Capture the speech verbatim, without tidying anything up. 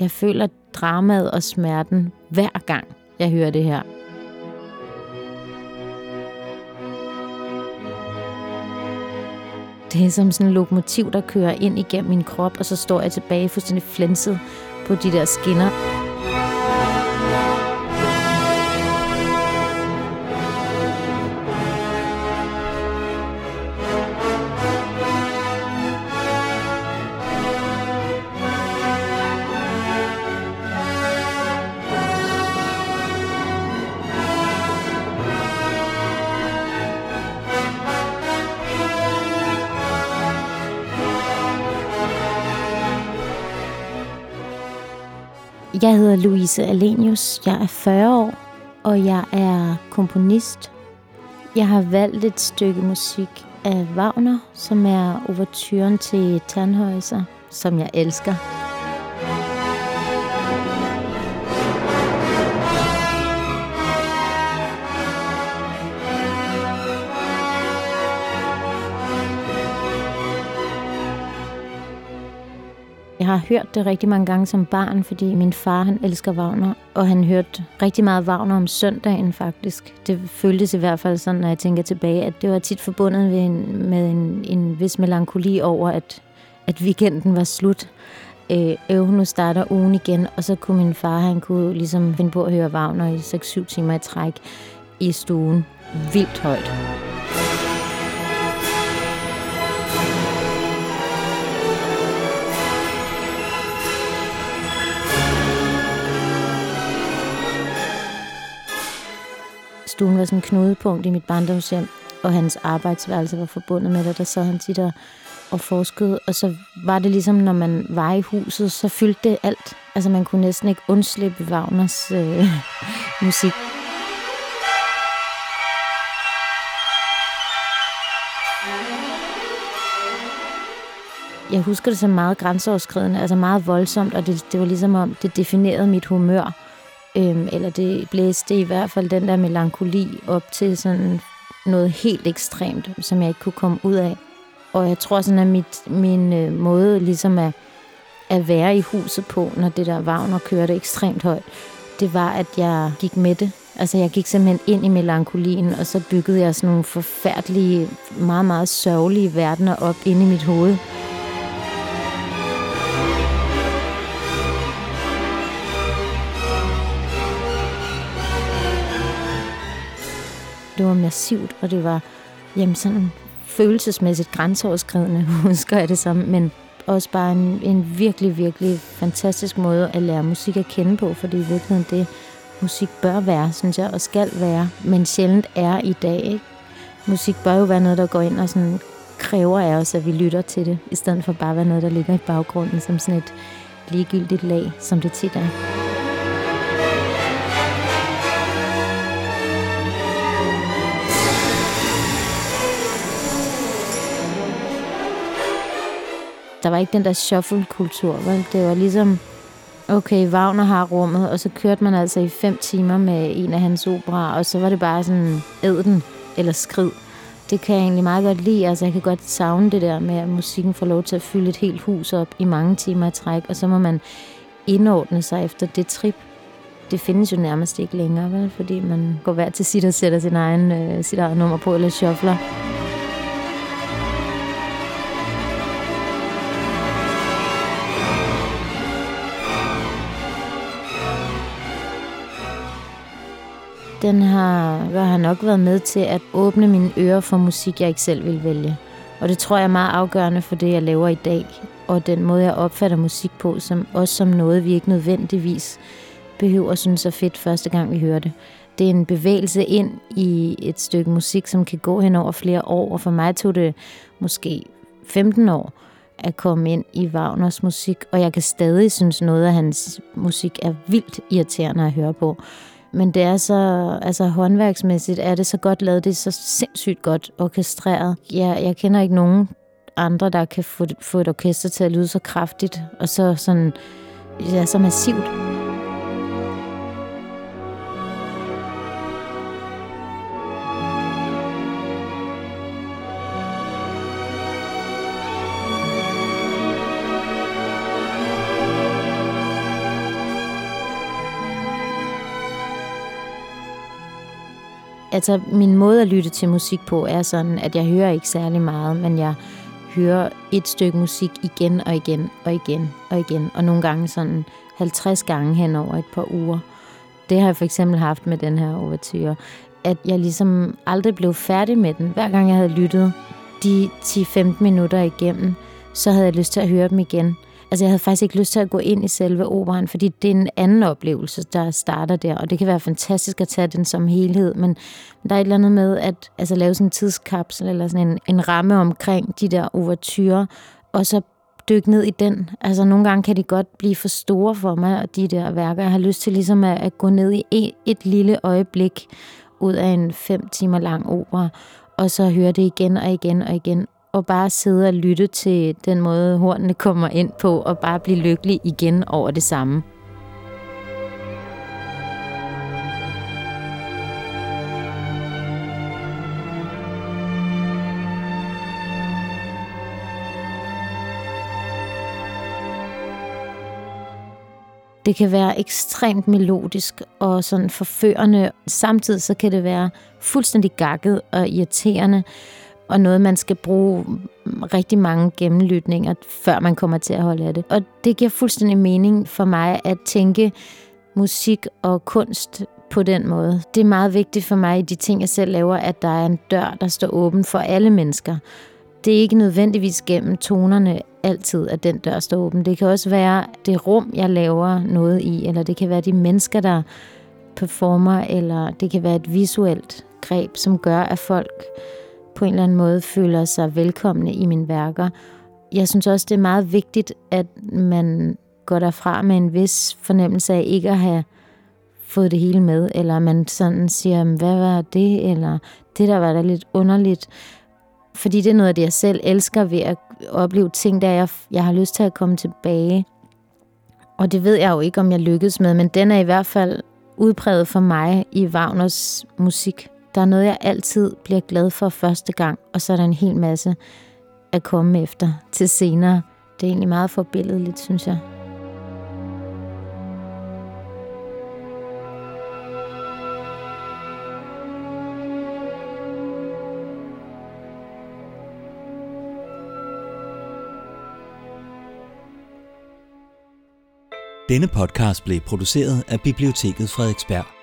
Jeg føler dramaet og smerten hver gang, jeg hører det her. Det er som sådan en lokomotiv, der kører ind igennem min krop, og så står jeg tilbage fuldstændig flænset på de der skinner. Jeg hedder Louise Alenius, jeg er fyrre år, og jeg er komponist. Jeg har valgt et stykke musik af Wagner, som er ouverturen til Tannhäuser, som jeg elsker. Jeg har hørt det rigtig mange gange som barn, fordi min far han elsker Wagner, og han hørte rigtig meget Wagner om søndagen faktisk. Det føltes i hvert fald sådan, når jeg tænker tilbage, at det var tit forbundet med en, med en, en vis melankoli over, at, at weekenden var slut. Øh, øv, nu starter ugen igen, og så kunne min far, han kunne ligesom finde på at høre Wagner i seks syv timer i træk i stuen. Vildt højt. Stuen var sådan en knudepunkt i mit barndomshjem, og hans arbejdsværelse var forbundet med det. Der sad han tit og forskede, og så var det ligesom, når man var i huset, så fyldte det alt. Altså man kunne næsten ikke undslippe Wagners øh, musik. Jeg husker det som meget grænseoverskridende, altså meget voldsomt, og det, det var ligesom om, det definerede mit humør. Øhm, eller det blæste i hvert fald den der melankoli op til sådan noget helt ekstremt, som jeg ikke kunne komme ud af. Og jeg tror sådan, at mit, min øh, måde ligesom at, at være i huset på, når det der Wagner kørte ekstremt højt, det var, at jeg gik med det. Altså jeg gik simpelthen ind i melankolien, og så byggede jeg sådan nogle forfærdelige, meget, meget sørgelige verdener op inde i mit hoved. Det var massivt, og det var jamen, sådan følelsesmæssigt grænseoverskridende, husker jeg det som, men også bare en, en virkelig, virkelig fantastisk måde at lære musik at kende på, for det er i virkeligheden det, musik bør være, synes jeg, og skal være, men sjældent er i dag. Ikke? Musik bør jo være noget, der går ind og sådan kræver af os, at vi lytter til det, i stedet for bare at være noget, der ligger i baggrunden som sådan et ligegyldigt lag, som det tit er. Der var ikke den der shuffle-kultur, vel? Det var ligesom, okay, Wagner har rummet, og så kørte man altså i fem timer med en af hans operaer, og så var det bare sådan, æd den, eller skrid. Det kan jeg egentlig meget godt lide, altså jeg kan godt savne det der med, at musikken får lov til at fylde et helt hus op i mange timer i træk, og så må man indordne sig efter det trip. Det findes jo nærmest ikke længere, vel? Fordi man går hver til sit og sætter sin egen, øh, sit eget nummer på, eller shuffler. Den har, har nok været med til at åbne mine ører for musik, jeg ikke selv vil vælge. Og det tror jeg er meget afgørende for det, jeg laver i dag. Og den måde, jeg opfatter musik på, som også som noget, vi ikke nødvendigvis behøver at synes er fedt første gang, vi hører det. Det er en bevægelse ind i et stykke musik, som kan gå hen over flere år. Og for mig tog det måske femten år at komme ind i Wagners musik. Og jeg kan stadig synes, noget af hans musik er vildt irriterende at høre på. Men det er så, altså håndværksmæssigt er det så godt lavet, det er så sindssygt godt orkestreret. Jeg, jeg kender ikke nogen andre, der kan få, få et orkester til at lyde så kraftigt, og så sådan, ja, så massivt. Altså, min måde at lytte til musik på er sådan, at jeg hører ikke særlig meget, men jeg hører et stykke musik igen og igen og igen og igen, og nogle gange sådan halvtreds gange hen over et par uger. Det har jeg for eksempel haft med den her ouverture, at jeg ligesom aldrig blev færdig med den. Hver gang jeg havde lyttet de ti til femten minutter igennem, så havde jeg lyst til at høre dem igen. Altså, jeg havde faktisk ikke lyst til at gå ind i selve operaen, fordi det er en anden oplevelse, der starter der, og det kan være fantastisk at tage den som helhed, men der er et eller andet med at altså, lave sådan en tidskapsel eller sådan en, en ramme omkring de der ouverturer, og så dykke ned i den. Altså, nogle gange kan de godt blive for store for mig, og de der værker. Jeg har lyst til ligesom at, at gå ned i et, et lille øjeblik ud af en fem timer lang opera, og så høre det igen og igen og igen, og bare sidde og lytte til den måde, hornene kommer ind på, og bare blive lykkelig igen over det samme. Det kan være ekstremt melodisk og sådan forførende. Samtidig så kan det være fuldstændig gakket og irriterende, og noget, man skal bruge rigtig mange gennemlytninger, før man kommer til at holde af det. Og det giver fuldstændig mening for mig at tænke musik og kunst på den måde. Det er meget vigtigt for mig i de ting, jeg selv laver, at der er en dør, der står åben for alle mennesker. Det er ikke nødvendigvis gennem tonerne altid, at den dør står åben. Det kan også være det rum, jeg laver noget i, eller det kan være de mennesker, der performer, eller det kan være et visuelt greb, som gør, at folk på en eller anden måde føler sig velkomne i mine værker. Jeg synes også, det er meget vigtigt, at man går derfra med en vis fornemmelse af ikke at have fået det hele med, eller man sådan siger, hvad var det, eller det der var da lidt underligt. Fordi det er noget af det, jeg selv elsker ved at opleve ting, der jeg, jeg har lyst til at komme tilbage. Og det ved jeg jo ikke, om jeg lykkes med, men den er i hvert fald udpræget for mig i Wagners musik. Der er noget, jeg altid bliver glad for første gang, og så er der en hel masse at komme efter til senere. Det er egentlig meget forbilledeligt, synes jeg. Denne podcast blev produceret af Biblioteket Frederiksberg.